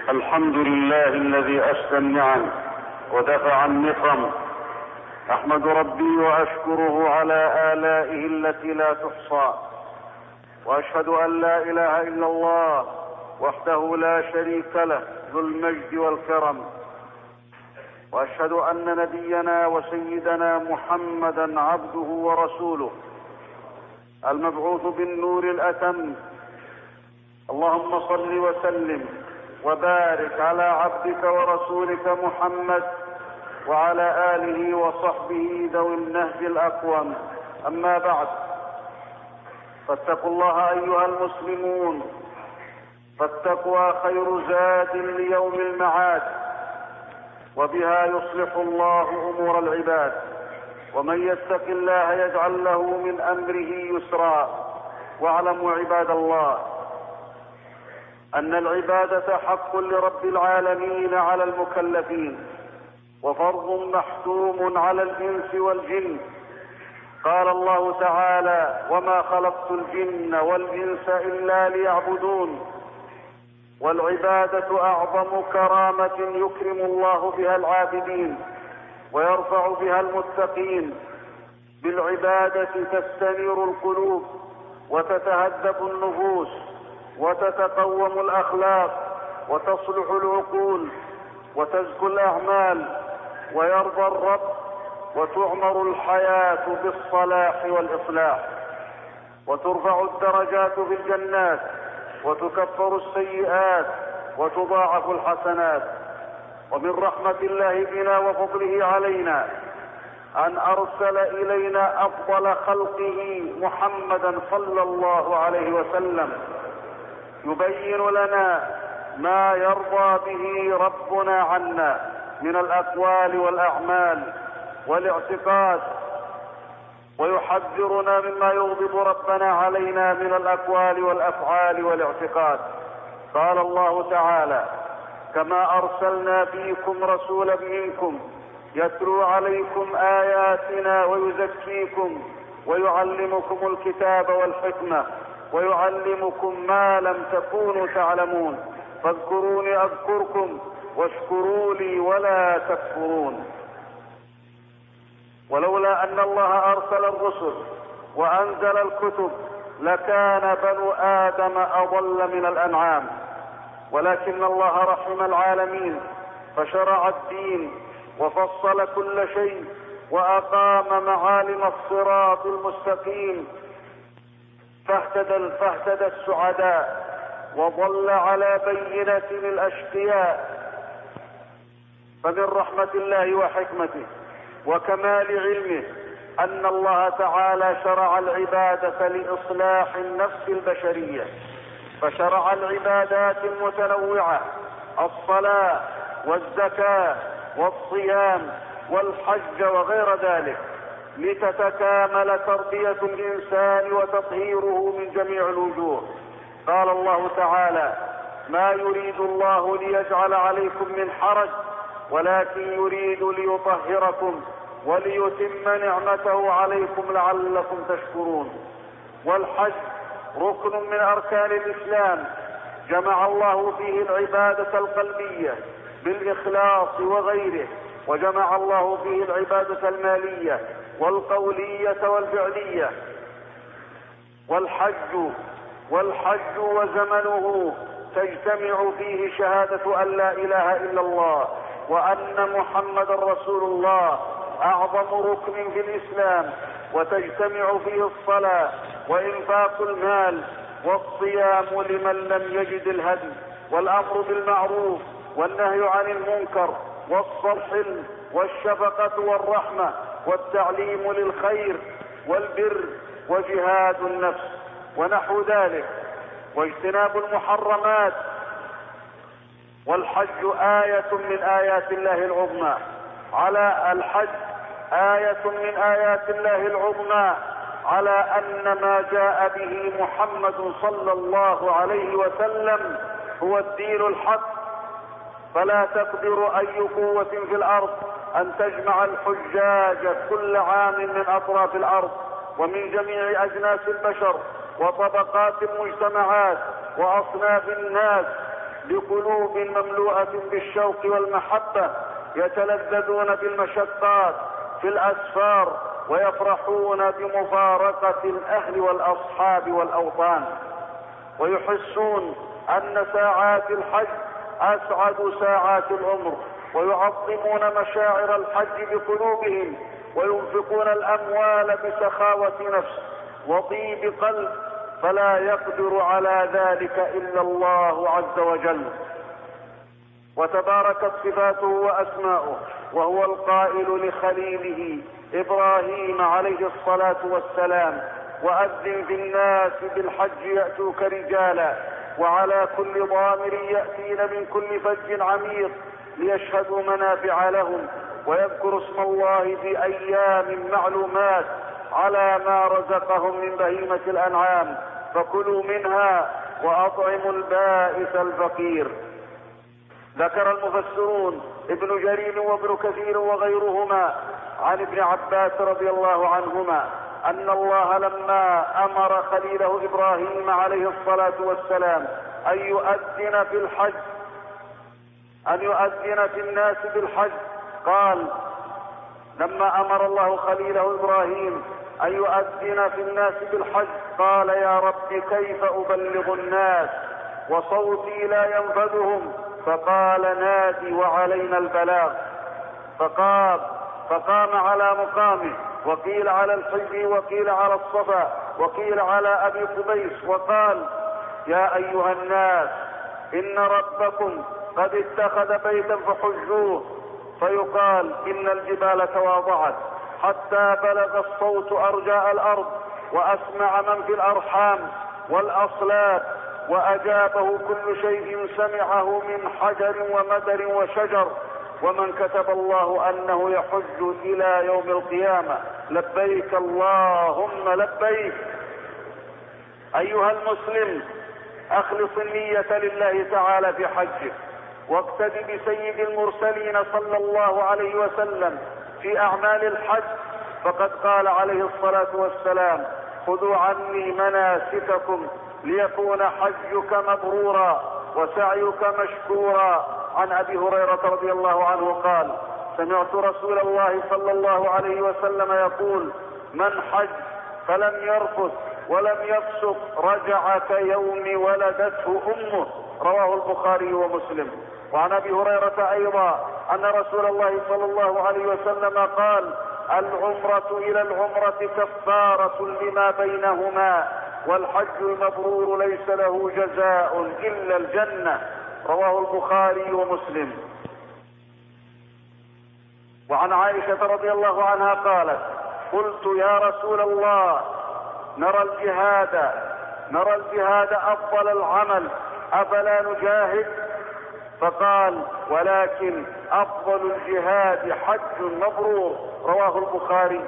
الحمد لله الذي أسدى النعم ودفع النقم. أحمد ربي وأشكره على آلائه التي لا تحصى، وأشهد أن لا إله إلا الله وحده لا شريك له ذو المجد والكرم، وأشهد أن نبينا وسيدنا محمدا عبده ورسوله المبعوث بالنور الأتم. اللهم صل وسلم وبارك على عبدك ورسولك محمد وعلى آله وصحبه ذوي النهج الأقوم. أما بعد، فاتقوا الله أيها المسلمون، فالتقوى خير زاد ليوم المعاد، وبها يصلح الله أمور العباد، ومن يتق الله يجعل له من أمره يسرا. واعلموا عباد الله أن العبادة حق لرب العالمين على المكلفين، وفرض محتوم على الإنس والجن. قال الله تعالى: وما خلقت الجن والإنس إلا ليعبدون. والعبادة أعظم كرامة يكرم الله بها العابدين ويرفع بها المتقين. بالعبادة تستنير القلوب وتتهذب النفوس وتتقوم الأخلاق وتصلح العقول وتزكو الأعمال ويرضى الرب وتعمر الحياة بالصلاح والإصلاح، وترفع الدرجات في الجنات وتكفر السيئات وتضاعف الحسنات. ومن رحمة الله بنا وفضله علينا أن أرسل إلينا أفضل خلقه محمدا صلى الله عليه وسلم يبين لنا ما يرضى به ربنا عنا من الأقوال والأعمال والاعتقاد، ويحذرنا مما يغضب ربنا علينا من الأقوال والأفعال والاعتقاد. قال الله تعالى: كما أرسلنا فيكم رسولا منكم يتلو عليكم آياتنا ويزكيكم ويعلمكم الكتاب والحكمة ويعلمكم ما لم تكونوا تعلمون، فاذكروني أذكركم واشكروا لي ولا تكفرون. ولولا أن الله أرسل الرسل وأنزل الكتب لكان بنو آدم أضل من الأنعام، ولكن الله رحم العالمين فشرع الدين وفصل كل شيء وأقام معالم الصراط المستقيم، فاهتدى السعداء وضل على بينة الأشقياء. فمن رحمة الله وحكمته وكمال علمه أن الله تعالى شرع العبادة لإصلاح النفس البشرية، فشرع العبادات المتنوعة: الصلاة والزكاة والصيام والحج وغير ذلك، لتتكامل تربية الإنسان وتطهيره من جميع الوجوه. قال الله تعالى: ما يريد الله ليجعل عليكم من حرج ولكن يريد ليطهركم وليتم نعمته عليكم لعلكم تشكرون. والحج ركن من أركان الإسلام، جمع الله فيه العبادة القلبية بالإخلاص وغيره، وجمع الله فيه العبادة المالية والقولية والفعلية. والحج وزمنه تجتمع فيه شهادة أن لا إله إلا الله وأن محمد رسول الله، أعظم ركن في الإسلام، وتجتمع فيه الصلاة وإنفاق المال والصيام لمن لم يجد الهدي، والأمر بالمعروف والنهي عن المنكر والصلح والشفقة والرحمة والتعليم للخير والبر وجهاد النفس ونحو ذلك، واجتناب المحرمات. والحج آية من آيات الله العظمى. على الحج آية من آيات الله العظمى على أن ما جاء به محمد صلى الله عليه وسلم هو الدين الحق، فلا تقدر أي قوة في الأرض أن تجمع الحجاج كل عام من أطراف الأرض ومن جميع أجناس البشر وطبقات المجتمعات وأصناف الناس لقلوب مملوءة بالشوق والمحبة يتلذذون بالمشقات في الأسفار ويفرحون بمفارقة الأهل والأصحاب والأوطان، ويحسون أن ساعات الحج أسعد ساعات العمر، ويعظمون مشاعر الحج بقلوبهم، وينفقون الأموال بسخاوة نفس وطيب قلب، فلا يقدر على ذلك إلا الله عز وجل، وتباركت صفاته وأسماؤه، وهو القائل لخليله إبراهيم عليه الصلاة والسلام: وأذن في الناس بالحج يأتوك رجالا وعلى كل ضامر يأتين من كل فج عميق ليشهدوا منافع لهم ويذكروا اسم الله في أيام معلومات على ما رزقهم من بهيمة الأنعام، فكلوا منها وأطعموا البائس الفقير. ذكر المفسرون ابن جرير وابن كثير وغيرهما عن ابن عباس رضي الله عنهما أن الله لما أمر خليله إبراهيم عليه الصلاة والسلام أن يؤذن في الناس بالحج، قال لما أمر الله خليله إبراهيم أن يؤذن في الناس بالحج قال: يا رب كيف أبلغ الناس وصوتي لا ينفذهم؟ فقال: نادي وعلينا البلاغ. فقام على مقامه، وقيل على الحجر، وقيل على الصفا، وقيل على أبي قبيس، وقال: يا أيها الناس إن ربكم قد اتخذ بيتا فحجوه. فيقال إن الجبال تواضعت حتى بلغ الصوت أرجاء الأرض وأسمع من في الأرحام والأصلاب، وأجابه كل شيء سمعه من حجر ومدر وشجر، ومن كتب الله أنه يحج إلى يوم القيامة. لبيك اللهم لبيك. أيها المسلم، أخلص النية لله تعالى في حجك، واقتد بسيد المرسلين صلى الله عليه وسلم في أعمال الحج، فقد قال عليه الصلاة والسلام: خذوا عني مناسككم ليكون حجك مبرورا وسعيك مشكورا. عن أبي هريرة رضي الله عنه قال: سمعت رسول الله صلى الله عليه وسلم يقول: من حج فلم يرفث ولم يفسق رجع كيوم ولدته أمه. رواه البخاري ومسلم. وعن أبي هريرة أيضا أن رسول الله صلى الله عليه وسلم قال: العمرة إلى العمرة كفارة لما بينهما، والحج المبرور ليس له جزاء إلا الجنة. رواه البخاري ومسلم. وعن عائشة رضي الله عنها قالت: قلت يا رسول الله نرى الجهاد أفضل العمل، أفلا نجاهد؟ فقال: ولكن أفضل الجهاد حج مبرور. رواه البخاري.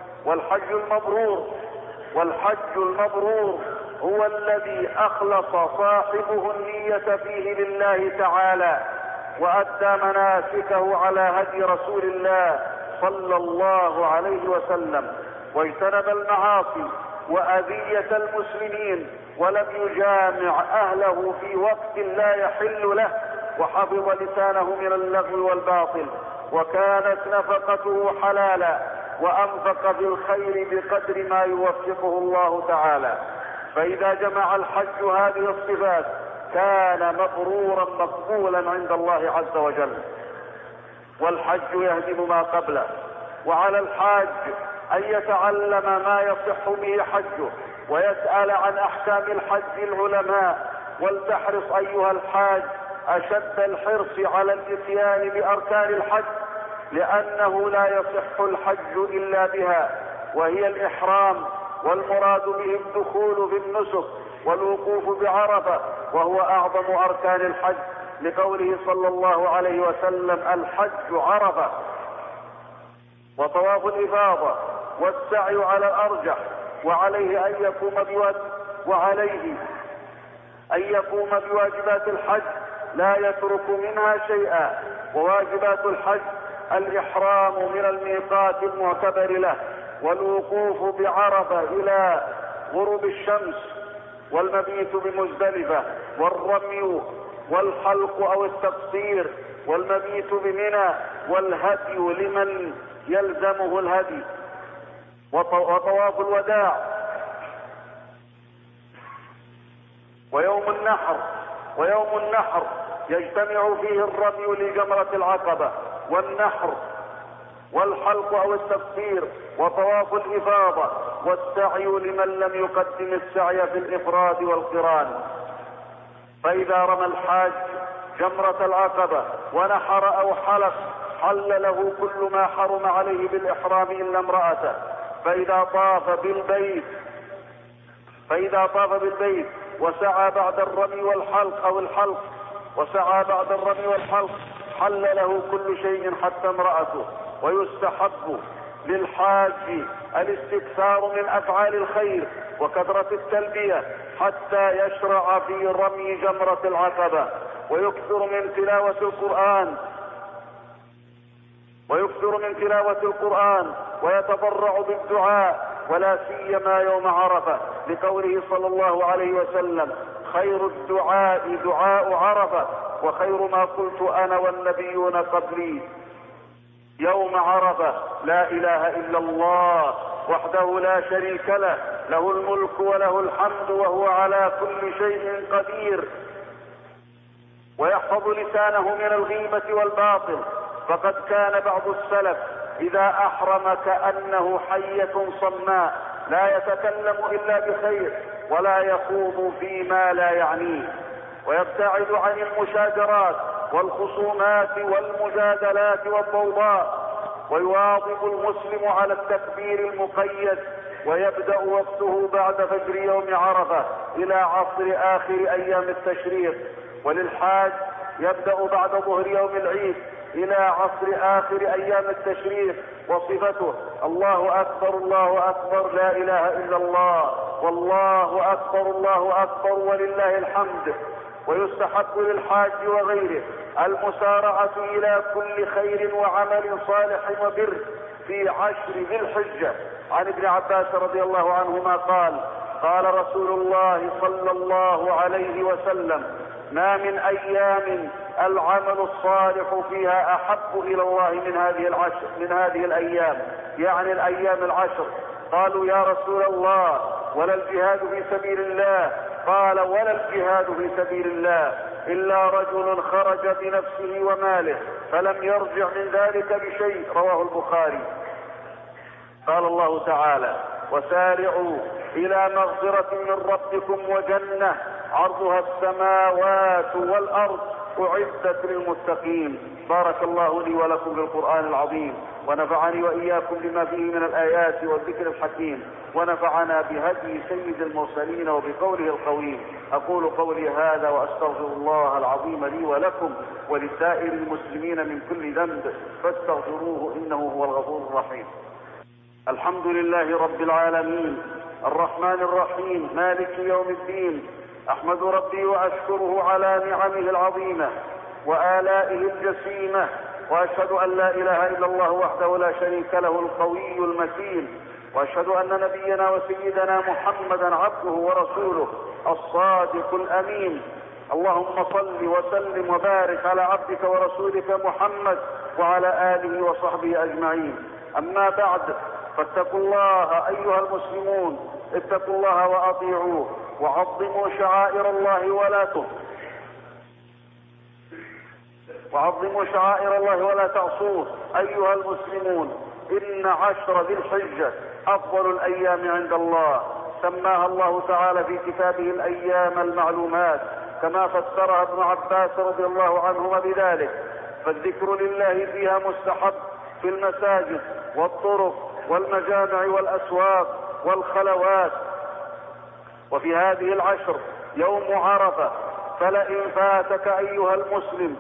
والحج المبرور هو الذي أخلص صاحبه النية فيه لله تعالى، وأدى مناسكه على هدي رسول الله صلى الله عليه وسلم، واجتنب المعاصي وأذية المسلمين، ولم يجامع أهله في وقت لا يحل له، وحفظ لسانه من اللغو والباطل، وكانت نفقته حلالا، وأنفق بالخير بقدر ما يوفقه الله تعالى. فإذا جمع الحج هذه الصفات كان مبرورا مقبولا عند الله عز وجل. والحج يهدم ما قبله، وعلى الحاج أن يتعلم ما يصح به حجه، ويسأل عن أحكام الحج العلماء، ولتحرص أيها الحاج أشد الحرص على الاتيان بأركان الحج، لأنه لا يصح الحج إلا بها، وهي الإحرام، والمراد به الدخول في النسك والوقوف بعرفة، وهو أعظم أركان الحج، لقوله صلى الله عليه وسلم: الحج عرفة. وطواف الإفاضة والسعي على الأرجح، وعليه أن يقوم بواجبات الحج لا يترك منها شيئا. وواجبات الحج: الإحرام من الميقات المعتبر له، والوقوف بعرفة إلى غروب الشمس، والمبيت بمزدلفة، والرمي والحلق أو التقصير، والمبيت بمنى، والهدي لمن يلزمه الهدي، وطواف الوداع، ويوم النحر يجتمع فيه الرمي لجمرة العقبة، والنحر، والحلق أو التقصير، وطواف الإفاضة، والسعي لمن لم يقدم السعي في الإفراد والقران. فإذا رمى الحاج جمرة العقبة ونحر أو حلق حل له كل ما حرم عليه بالإحرام إلا امرأته. فإذا طاف بالبيت وسعى بعد الرمي والحلق أو الحلق حل له كل شيء حتى امرأته. ويستحب للحاج الاستكثار من أفعال الخير وكثرة التلبية حتى يشرع في رمي جمرة العقبة، ويكثر من تلاوة القرآن ويتضرع بالدعاء، ولا سيما يوم عرفة، لقوله صلى الله عليه وسلم: خير الدعاء دعاء عرفة، وخير ما قلت أنا والنبيون قبلي يوم عرفة: لا إله إلا الله وحده لا شريك له، له الملك وله الحمد وهو على كل شيء قدير. ويحفظ لسانه من الغيبة والباطل، فقد كان بعض السلف إذا أحرم كأنه حية صماء لا يتكلم إلا بخير ولا يخوض فيما لا يعنيه، ويبتعد عن المشاجرات والخصومات والمجادلات والضوضاء. ويواظب المسلم على التكبير المقيد، ويبدأ وقته بعد فجر يوم عرفة إلى عصر آخر أيام التشريق. وللحاج يبدأ بعد ظهر يوم العيد إلى عصر آخر أيام التشريق. وصفته: الله أكبر الله أكبر لا إله إلا الله، والله أكبر الله أكبر ولله الحمد. ويستحب للحاج وغيره المسارعة إلى كل خير وعمل صالح وبر في عشر ذي الحجة. عن ابن عباس رضي الله عنهما قال: قال رسول الله صلى الله عليه وسلم: ما من أيام العمل الصالح فيها أحب إلى الله من هذه الأيام، يعني الأيام العشر. قالوا: يا رسول الله ولا الجهاد في سبيل الله؟ قال: ولا الجهاد في سبيل الله إلا رجل خرج بنفسه وماله فلم يرجع من ذلك بشيء. رواه البخاري. قال الله تعالى: وسارعوا إلى مغفرة من ربكم وجنة عرضها السماوات والأرض أعدت للمتقين. بارك الله لي ولكم بالقرآن العظيم، ونفعني وإياكم بما فيه من الآيات والذكر الحكيم، ونفعنا بهدي سيد المرسلين وبقوله القويم. أقول قولي هذا وأستغفر الله العظيم لي ولكم ولسائر المسلمين من كل ذنب فاستغفروه إنه هو الغفور الرحيم. الحمد لله رب العالمين الرحمن الرحيم مالك يوم الدين. أحمد ربي وأشكره على نعمه العظيمة وآلائه الجسيمة، وأشهد أن لا إله إلا الله وحده لا شريك له القوي المتين، وأشهد أن نبينا وسيدنا محمدا عبده ورسوله الصادق الأمين. اللهم صل وسلم وبارك على عبدك ورسولك محمد وعلى آله وصحبه أجمعين. أما بعد، فاتقوا الله أيها المسلمون، اتقوا الله وأطيعوه، وعظموا شعائر الله ولا تعصوه. أيها المسلمون، إن عشر ذي الحجة أفضل الأيام عند الله، سماها الله تعالى في كتابه الأيام المعلومات، كما فسرها ابن عباس رضي الله عنهما بذلك. فالذكر لله فيها مستحب في المساجد والطرق والمجامع والأسواق والخلوات. وفي هذه العشر يوم عرفة، فلئن فاتك أيها المسلم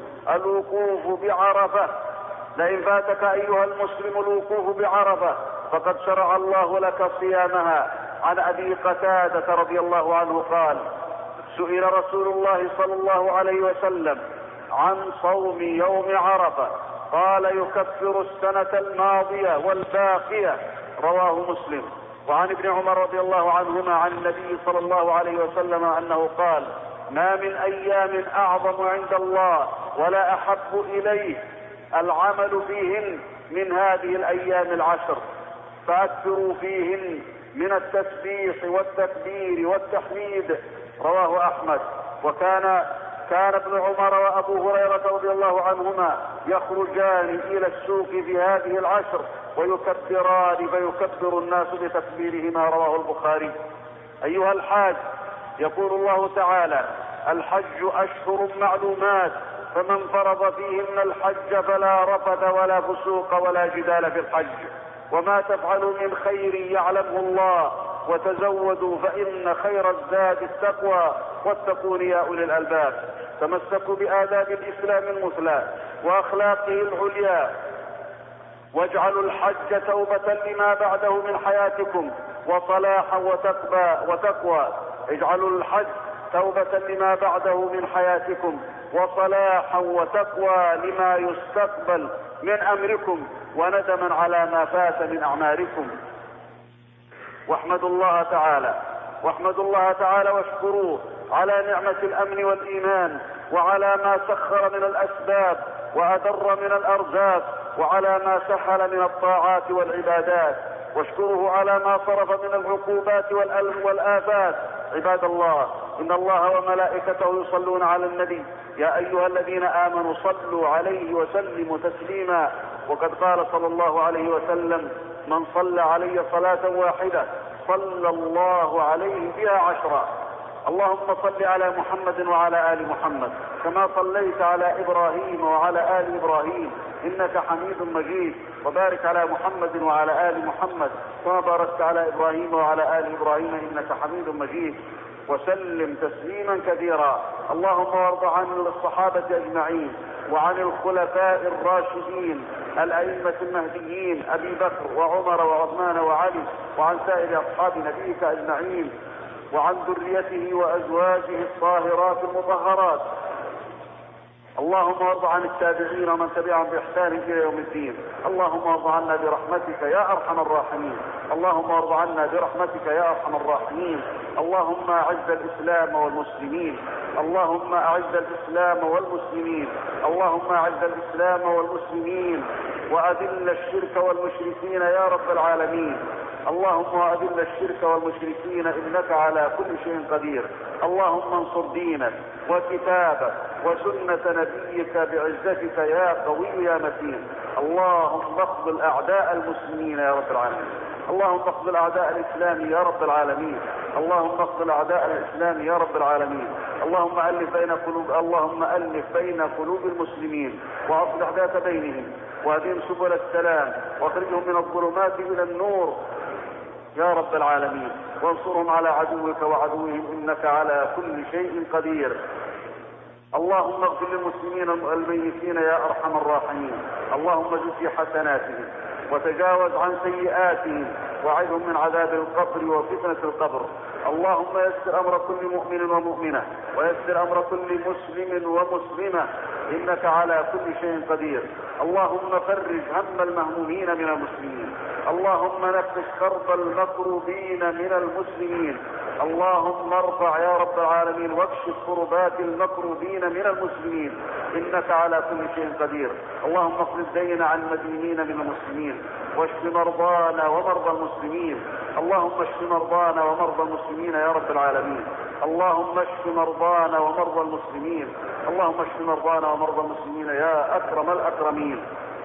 الوقوف بعرفة فقد شرع الله لك صيامها. عن أبي قتادة رضي الله عنه قال: سئل رسول الله صلى الله عليه وسلم عن صوم يوم عرفة، قال: يكفر السنة الماضية والباقية. رواه مسلم. وعن ابن عمر رضي الله عنهما عن النبي صلى الله عليه وسلم أنه قال: ما من أيام أعظم عند الله ولا أحب إليه العمل فيهن من هذه الأيام العشر، فأكثروا فيهن من التسبيح والتكبير والتحميد. رواه أحمد. وكان ابن عمر وأبو هريرة رضي الله عنهما يخرجان إلى السوق في هذه العشر ويكبران فيكبر الناس بتكبيرهما. رواه البخاري. أيها الحاج، يقول الله تعالى: الحج أشهر معلومات، فمن فرض فيهن الحج فلا رفث ولا فسوق ولا جدال في الحج. وما تفعلوا من خير يعلمه الله، وتزودوا فإن خير الزاد التقوى، واتقون يا أولي الألباب. تمسكوا بآداب الإسلام المثلى وأخلاقه العليا، واجعلوا الحج توبة لما بعده من حياتكم وصلاحا وتقوى. اجعلوا الحج توبة لما بعده من حياتكم وصلاحا وتقوى لما يستقبل من أمركم، وندما على ما فات من أعمالكم. واحمدوا الله تعالى واشكروه على نعمة الأمن والإيمان، وعلى ما سخر من الأسباب وأدر من الأرزاق، وعلى ما سهل من الطاعات والعبادات. واشكروه على ما صرف من العقوبات والآفات. عباد الله، إن الله وملائكته يصلون على النبي، يا أيها الذين آمنوا صلوا عليه وسلموا تسليما. وقد قال صلى الله عليه وسلم: من صلى علي صلاة واحدة صلى الله عليه بها 10. اللهم صل على محمد وعلى آل محمد كما صليت على إبراهيم وعلى آل إبراهيم إنك حميد مجيد، وبارك على محمد وعلى آل محمد كما باركت على إبراهيم وعلى آل إبراهيم إنك حميد مجيد، وسلم تسليما كثيرا. اللهم وارض عن الصحابة أجمعين، وعن الخلفاء الراشدين الأئمة المهديين أبي بكر وعمر وعثمان وعلي، وعن سائر أصحاب نبيك أجمعين، وعن ذريته وأزواجه الطاهرات المطهرات. اللهم وارض عن التابعين ومن تبعهم بإحسان إلى يوم الدين. اللهم وارض عنا برحمتك يا أرحم الراحمين. اللهم وارض عنا برحمتك يا أرحم الراحمين. اللهم أعز الإسلام والمسلمين. اللهم أعز الإسلام والمسلمين. اللهم أعز الإسلام والمسلمين، وأذل الشرك والمشركين يا رب العالمين. اللهم أذل الشرك والمشركين إنك على كل شيء قدير. اللهم انصر دينك وكتابك وسنة نبيك بعزتك يا قوي يا متين. اللهم اخذل أعداء المسلمين يا رب العالمين. اللهم اخذل أعداء الإسلام يا رب العالمين. اللهم اخذل أعداء الإسلام يا رب العالمين. اللهم ألف بين قلوب المسلمين، وأصلح ذات بينهم، واهدهم سبل السلام، واخرجهم من الظلمات إلى النور يا رب العالمين. وانصرهم على عدوك وعدوهم إنك على كل شيء قدير. اللهم اغفر للمسلمين الميتين يا أرحم الراحمين. اللهم زد في حسناتهم وتجاوز عن سيئاتهم، وعذهم من عذاب القبر وفتنة القبر. اللهم يسر أمر كل مؤمن ومؤمنة، ويسر أمر كل مسلم ومسلمة إنك على كل شيء قدير. اللهم فرج هم المهمومين من المسلمين. اللهم نفس كرب المكروبين من المسلمين. اللهم ارفع يا رب العالمين واكشف كربات المكروبين من المسلمين إنك على كل شيء قدير. اللهم اقض الدين عن المدينين من المسلمين، واشف مرضانا ومرضى المسلمين. اللهم اشف مرضانا ومرضى المسلمين يا رب العالمين. اللهم اشف مرضانا ومرضى المسلمين. اللهم اشف مرضانا ومرضى المسلمين يا أكرم الأكرمين.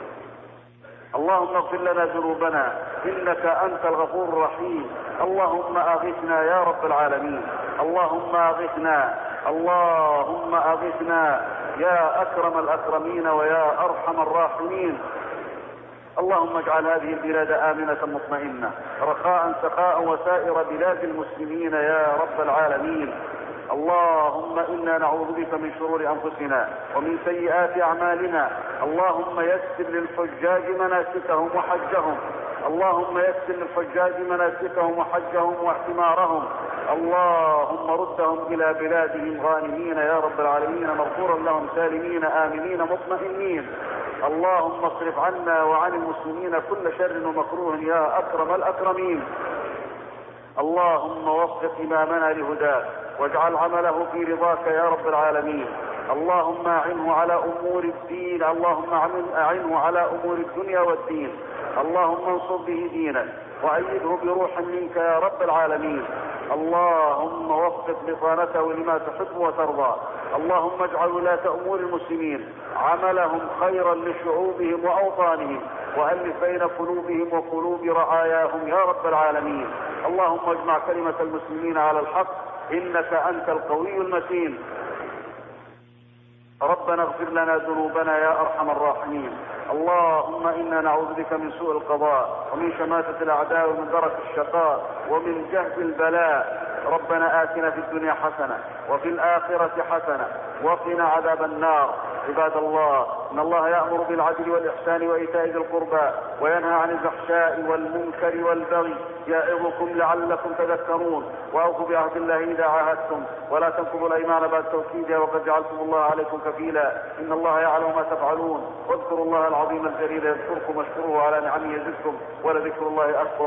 اللهم اغفر لنا ذنوبنا إنك أنت الغفور الرحيم. اللهم أغثنا يا رب العالمين. اللهم أغثنا. اللهم أغثنا يا أكرم الأكرمين ويا أرحم الراحمين. اللهم اجعل هذه البلاد آمنة مطمئنة رخاء سخاء وسائر بلاد المسلمين يا رب العالمين. اللهم إنا نعوذ بك من شرور أنفسنا ومن سيئات أعمالنا. اللهم يسر للحجاج مناسكهم وحجهم. اللهم يسر للحجاج مناسكهم وحجهم واعتمارهم. اللهم ردهم إلى بلادهم غانمين يا رب العالمين، مغفورا لهم سالمين آمنين مطمئنين. اللهم اصرف عنا وعن المسلمين كل شر ومكروه يا أكرم الأكرمين. اللهم وفق إمامنا لهداك واجعل عمله في رضاك يا رب العالمين. اللهم أعنه على أمور الدين، اللهم أعنه على أمور الدنيا والدين. اللهم انصر به دينك وأيده بروح منك يا رب العالمين. اللهم وفق بطانته لما تحب وترضى. اللهم اجعل ولاة أمور المسلمين عملهم خيرا لشعوبهم وأوطانهم، وألف بين قلوبهم وقلوب رعاياهم يا رب العالمين. اللهم اجمع كلمة المسلمين على الحق، إنك أنت القوي المتين. ربنا اغفر لنا ذنوبنا يا أرحم الراحمين. اللهم إنا نعوذ بك من سوء القضاء ومن شماتة الأعداء ومن درك الشقاء ومن جهد البلاء. ربنا آتنا في الدنيا حسنة وفي الآخرة حسنة وقنا عذاب النار. عباد الله، إن الله يأمر بالعدل والإحسان وإيتاء ذي القربى وينهى عن الفحشاء والمنكر والبغي يعظكم لعلكم تذكرون. وأوفوا بعهد الله إذا عاهدتم ولا تنقضوا الأيمان بعد توكيدها وقد جعلتم الله عليكم كفيلا. إن الله يعلم ما تفعلون. واذكروا الله العظيم الجليل يذكركم واشكروه على نعمه يزدكم ولذكر الله أكبر.